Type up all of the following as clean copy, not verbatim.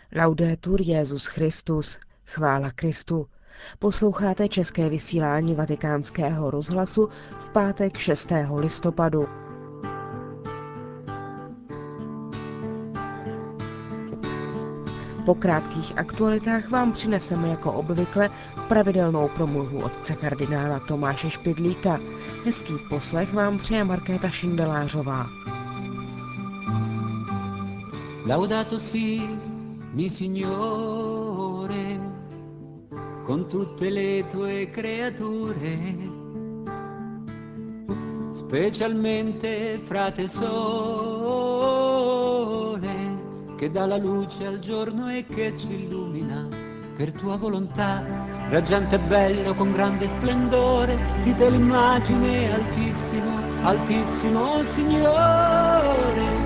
Laudetur Jesus Christus, chvála Kristu. Posloucháte české vysílání Vatikánského rozhlasu v pátek 6. listopadu. Po krátkých aktualitách vám přineseme jako obvykle pravidelnou promluvu otce kardinála Tomáše Špidlíka. Hezký poslech vám přeje Markéta Šindelářová. Laudato si, mi Signore, con tutte le tue creature, specialmente frate sole, che dà la luce al giorno e che ci illumina per tua volontà. Raggiante e bello con grande splendore, di te l'immagine altissimo, altissimo Signore.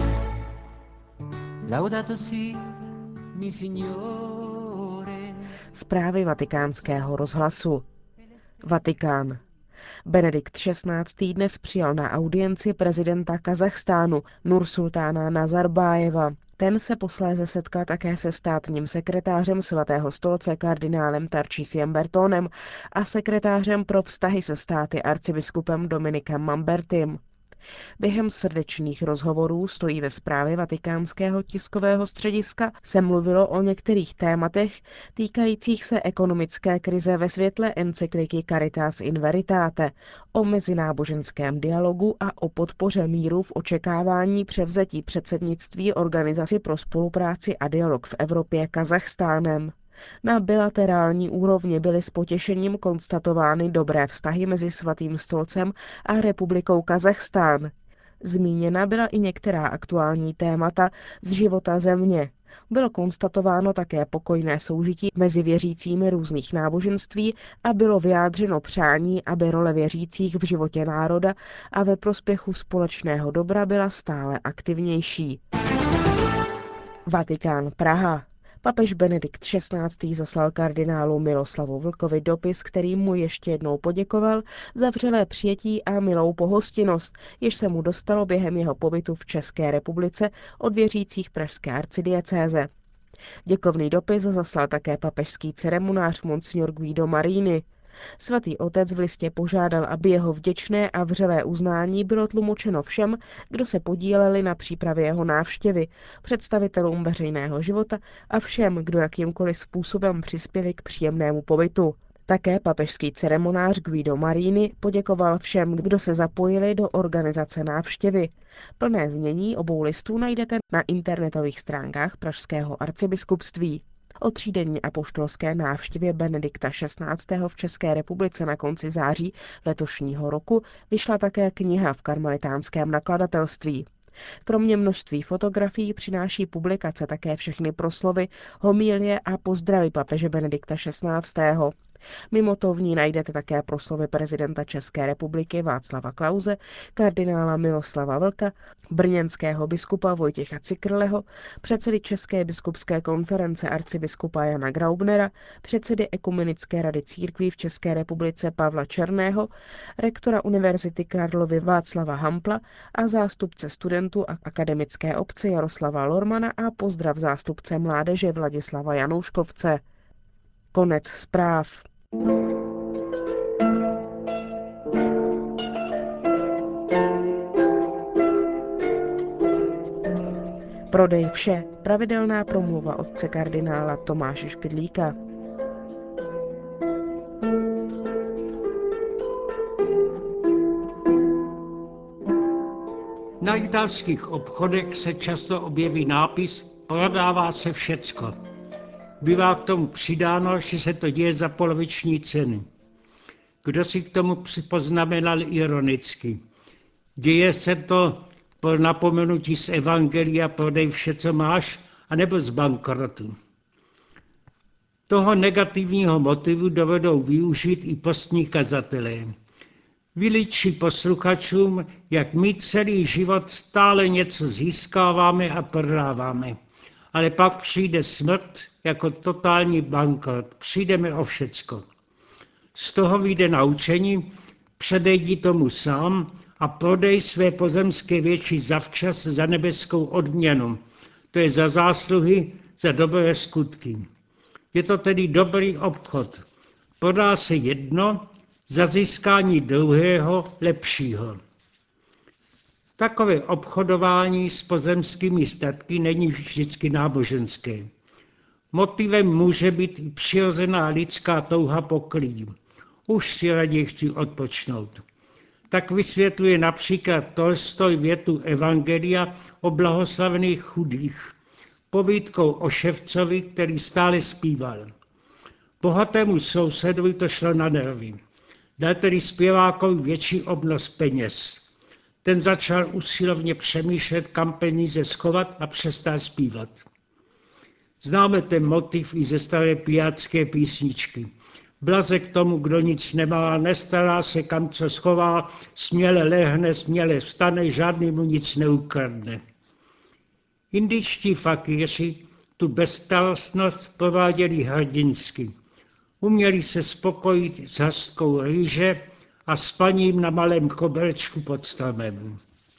Laudato si, mi Signore. Zprávy Vatikánského rozhlasu. Vatikán. Benedikt XVI. Dnes přijal na audienci prezidenta Kazachstánu Nursultána Nazarbájeva. Ten se posléze setkal také se státním sekretářem Svatého stolce kardinálem Tarcísiem Bertónem a sekretářem pro vztahy se státy arcibiskupem Dominikem Mambertim. Během srdečných rozhovorů, stojí ve zprávě Vatikánského tiskového střediska, se mluvilo o některých tématech týkajících se ekonomické krize ve světle encykliky Caritas in Veritate, o mezináboženském dialogu a o podpoře míru v očekávání převzetí předsednictví Organizaci pro spolupráci a dialog v Evropě Kazachstánem. Na bilaterální úrovni byly s potěšením konstatovány dobré vztahy mezi Svatým stolcem a Republikou Kazachstán. Zmíněna byla i některá aktuální témata z života země. Bylo konstatováno také pokojné soužití mezi věřícími různých náboženství a bylo vyjádřeno přání, aby role věřících v životě národa a ve prospěchu společného dobra byla stále aktivnější. Vatikán, Praha. Papež Benedikt XVI. Zaslal kardinálu Miloslavu Vlkovi dopis, kterým mu ještě jednou poděkoval za vřelé přijetí a milou pohostinnost, jež se mu dostalo během jeho pobytu v České republice od věřících pražské arcidiecéze. Děkovný dopis zaslal také papežský ceremonář Monsignor Guido Marini. Svatý otec v listě požádal, aby jeho vděčné a vřelé uznání bylo tlumočeno všem, kdo se podíleli na přípravě jeho návštěvy, představitelům veřejného života a všem, kdo jakýmkoliv způsobem přispěli k příjemnému pobytu. Také papežský ceremonář Guido Marini poděkoval všem, kdo se zapojili do organizace návštěvy. Plné znění obou listů najdete na internetových stránkách pražského arcibiskupství. O třídenní apoštolské návštěvě Benedikta XVI. V České republice na konci září letošního roku vyšla také kniha v karmelitánském nakladatelství. Kromě množství fotografií přináší publikace také všechny proslovy, homilie a pozdravy papeže Benedikta XVI. Mimo to v ní najdete také proslovy prezidenta České republiky Václava Klause, kardinála Miloslava Vlka, brněnského biskupa Vojtěcha Cikrleho, předsedy České biskupské konference arcibiskupa Jana Graubnera, předsedy Ekumenické rady církví v České republice Pavla Černého, rektora Univerzity Karlovy Václava Hampla a zástupce studentů a akademické obce Jaroslava Lormana a pozdrav zástupce mládeže Vladislava Janouškovce. Konec zpráv. Prodej vše. Pravidelná promluva otce kardinála Tomáše Špidlíka. Na italských obchodech se často objeví nápis "Prodává se všecko". Bývá k tomu přidáno, že se to děje za poloviční ceny. Kdo si k tomu poznamenal ironicky. Děje se to po napomenutí z Evangelia "Prodej vše, co máš", anebo z bankrotu. Toho negativního motivu dovedou využít i postní kazatelé. Vyličí posluchačům, jak my celý život stále něco získáváme a prodáváme. Ale pak přijde smrt jako totální bankrot. Přijdeme o všecko. Z toho vyjde naučení, předejdi tomu sám a prodej své pozemské věci zavčas za nebeskou odměnu. To je za zásluhy, za dobré skutky. Je to tedy dobrý obchod. Prodá se jedno za získání druhého lepšího. Takové obchodování s pozemskými statky není vždycky náboženské. Motivem může být i přirozená lidská touha po klidu. Už si raději chci odpočnout. Tak vysvětluje například Tolstoj větu Evangelia o blahoslavených chudých, povídkou o ševcovi, který stále zpíval. Bohatému sousedovi to šlo na nervy. Dal tedy zpěvákovi větší obnos peněz. Ten začal usilovně přemýšlet, kam peníze schovat a přestal zpívat. Známe ten motiv i ze staré pijácké písničky. Blaze k tomu, kdo nic nemá, nestará se, kam co schová, směle lehne, směle vstane, žádný mu nic neukradne. Indičtí fakíři tu bezstarostnost prováděli hrdinsky. Uměli se spokojit s hastkou rýže a spaním na malém koberečku pod stromem.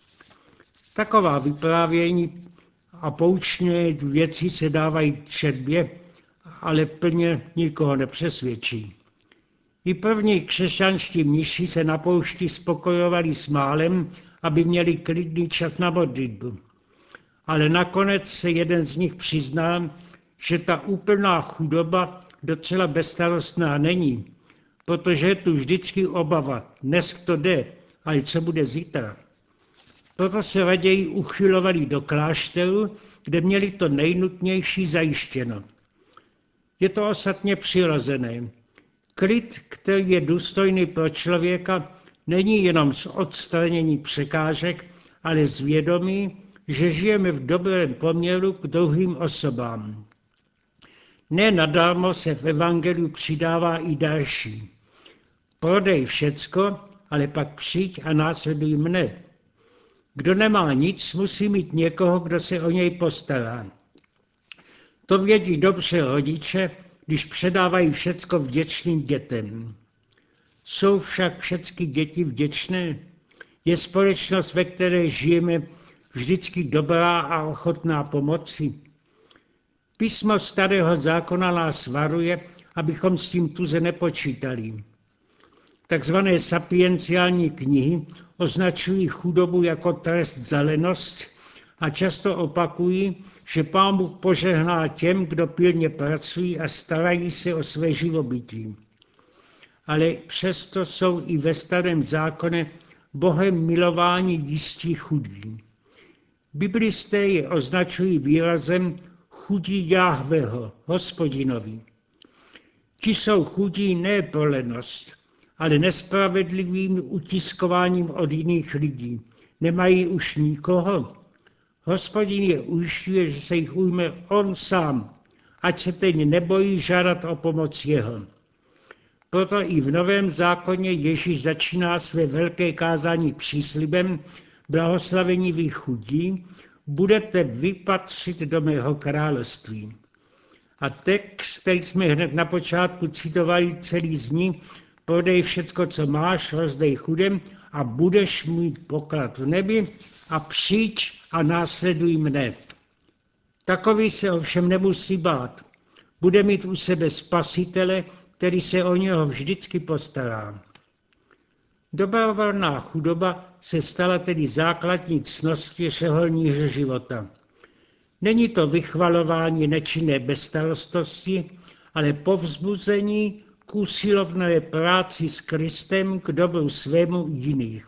Taková vyprávění a poučné věci se dávají četbě, ale plně nikoho nepřesvědčí. I první křesťanští mniši se na poušti spokojovali s málem, aby měli klidný čas na modlitbu. Ale nakonec se jeden z nich přizná, že ta úplná chudoba docela bezstarostná není, protože je tu vždycky obava, dnes to jde, ale co bude zítra. Proto se raději uchylovali do klášteru, kde měli to nejnutnější zajištěno. Je to ostatně přirozené. Klid, který je důstojný pro člověka, není jenom z odstranění překážek, ale z vědomí, že žijeme v dobrém poměru k druhým osobám. Ne nadarmo se v evangeliu přidává i další. Prodej všecko, ale pak přijď a následuj mne. Kdo nemá nic, musí mít někoho, kdo se o něj postará. To vědí dobře rodiče, když předávají všecko vděčným dětem. Jsou však všechny děti vděčné? Je společnost, ve které žijeme, vždycky dobrá a ochotná pomoci? Písmo Starého zákona nás varuje, abychom s tím tuze nepočítali. Takzvané sapienciální knihy označují chudobu jako trest za lenost a často opakují, že Pán Bůh požehná těm, kdo pilně pracují a starají se o své živobytí. Ale přesto jsou i ve Starém zákoně Bohem milováni jistí chudí. Biblisté je označují výrazem chudí Jahveho, Hospodinovi. Ti jsou chudí ne pro lenost, ale nespravedlivým utiskováním od jiných lidí. Nemají už nikoho. Hospodin je ujišťuje, že se jich ujme on sám, ať se teď nebojí žádat o pomoc jeho. Proto i v Novém zákoně Ježíš začíná své velké kázání příslibem blahoslavení vy chudí, budete vy patřit do mého království. A text, který jsme hned na počátku citovali, celý zní: prodej všecko, co máš, rozdej chudem a budeš mít poklad v nebi a přijď a následuj mne. Takový se ovšem nemusí bát. Bude mít u sebe Spasitele, který se o něho vždycky postará. Dobrovolná chudoba se stala tedy základní ctností řeholního života. Není to vychvalování nečinné bezstarostnosti, ale povzbuzení k usilovné práci s Kristem k dobru svému jiných.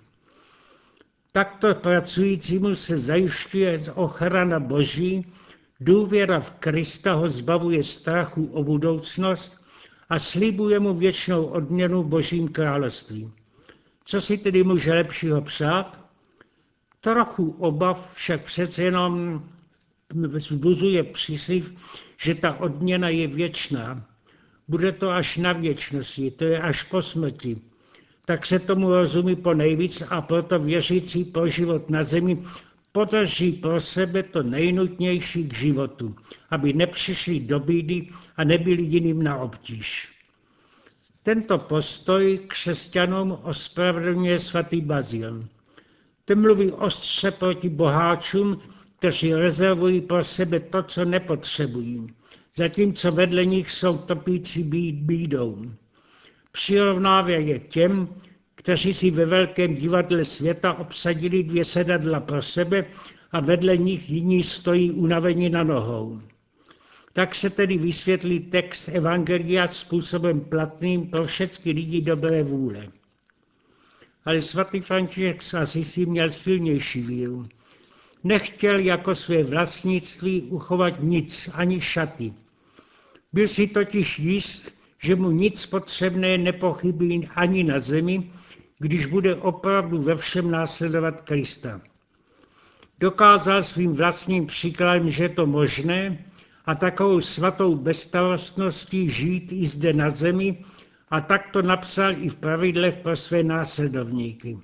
Takto pracujícímu se zajišťuje ochrana Boží, důvěra v Krista ho zbavuje strachu o budoucnost a slibuje mu věčnou odměnu v Božím království. Co si tedy může lepšího přát? Trochu obav však přece jenom vzbuzuje příslib, že ta odměna je věčná. Bude to až na věčnosti, to je až po smrti. Tak se tomu rozumí po nejvíc a proto věřící pro život na zemi podrží pro sebe to nejnutnější k životu, aby nepřišli do bídy a nebyli jiným na obtíž. Tento postoj křesťanům ospravedlňuje svatý Bazil. Ten mluví ostře proti boháčům, kteří rezervují pro sebe to, co nepotřebují, zatímco vedle nich jsou trpící bídou. Přirovnává je těm, kteří si ve velkém divadle světa obsadili 2 sedadla pro sebe a vedle nich jiní stojí unavení na nohou. Tak se tedy vysvětlí text Evangelia způsobem platným pro všechny lidi dobré vůle. Ale svatý František z Asisi měl silnější víru. Nechtěl jako své vlastnictví uchovat nic, ani šaty. Byl si totiž jist, že mu nic potřebné nepochybí ani na zemi, když bude opravdu ve všem následovat Krista. Dokázal svým vlastním příkladem, že je to možné, a takovou svatou bezstarostností žít i zde na zemi, a tak to napsal i v pravidlech pro své následovníky.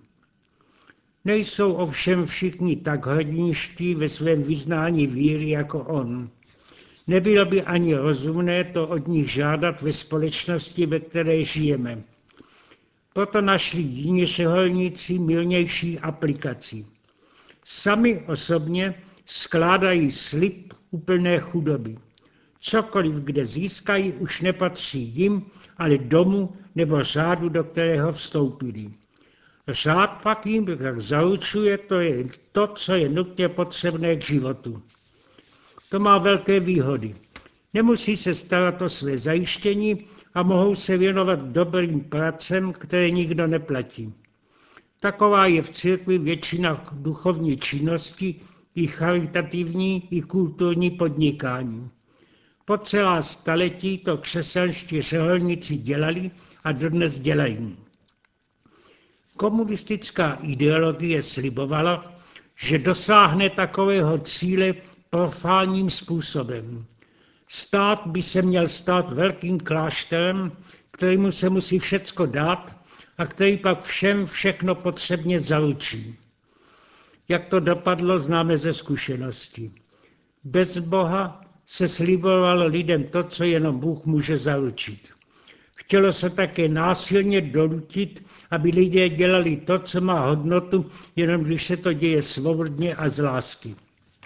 Nejsou ovšem všichni tak hrdinští ve svém vyznání víry jako on. Nebylo by ani rozumné to od nich žádat ve společnosti, ve které žijeme. Proto našli jiní řeholníci mylnější aplikaci. Sami osobně skládají slib úplné chudoby. Cokoliv, kde získají, už nepatří jim, ale domu nebo řádu, do kterého vstoupili. Řád pak jim tak zaručuje, to je to, co je nutně potřebné k životu. To má velké výhody. Nemusí se starat o své zajištění a mohou se věnovat dobrým pracem, které nikdo neplatí. Taková je v církvi většina duchovní činnosti, i charitativní, i kulturní podnikání. Po celá staletí to křesťanští řeholníci dělali a dodnes dělají. Komunistická ideologie slibovala, že dosáhne takového cíle profánním způsobem. Stát by se měl stát velkým klášterem, kterému se musí všecko dát a který pak všem všechno potřebně zaručí. Jak to dopadlo, známe ze zkušenosti. Bez Boha se slibovalo lidem to, co jenom Bůh může zaručit. Chtělo se také násilně donutit, aby lidé dělali to, co má hodnotu, jenom když se to děje svobodně a z lásky.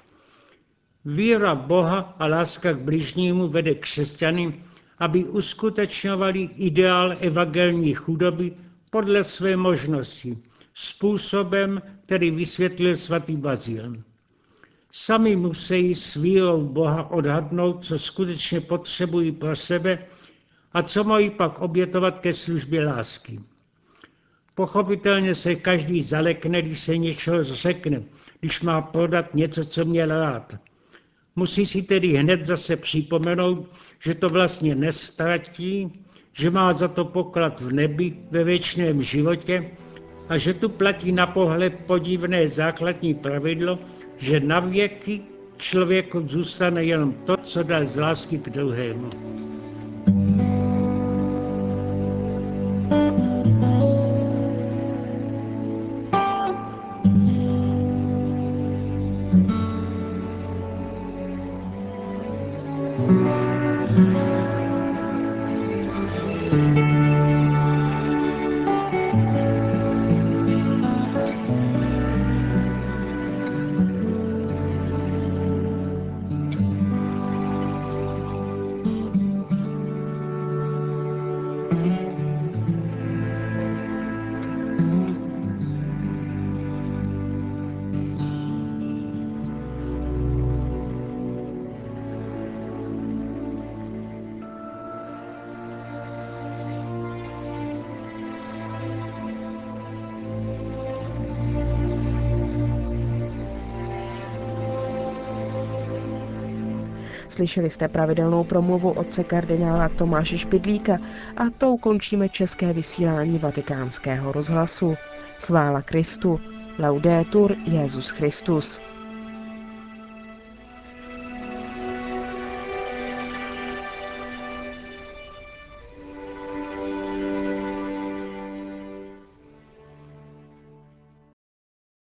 Víra Boha a láska k bližnímu vede křesťany, aby uskutečňovali ideál evangelní chudoby podle své možnosti, způsobem, který vysvětlil svatý Bazil. Sami musí s vírou Boha odhadnout, co skutečně potřebují pro sebe a co mají pak obětovat ke službě lásky. Pochopitelně se každý zalekne, když se něčeho zřekne, když má prodat něco, co měl rád. Musí si tedy hned zase připomenout, že to vlastně nestratí, že má za to poklad v nebi ve věčném životě a že tu platí na pohled podivné základní pravidlo, že na věky člověku zůstane jenom to, co dal z lásky k druhému. Slyšeli jste pravidelnou promluvu otce kardinála Tomáše Špidlíka a tou končíme české vysílání Vatikánského rozhlasu. Chvála Kristu. Laudetur Jesus Christus.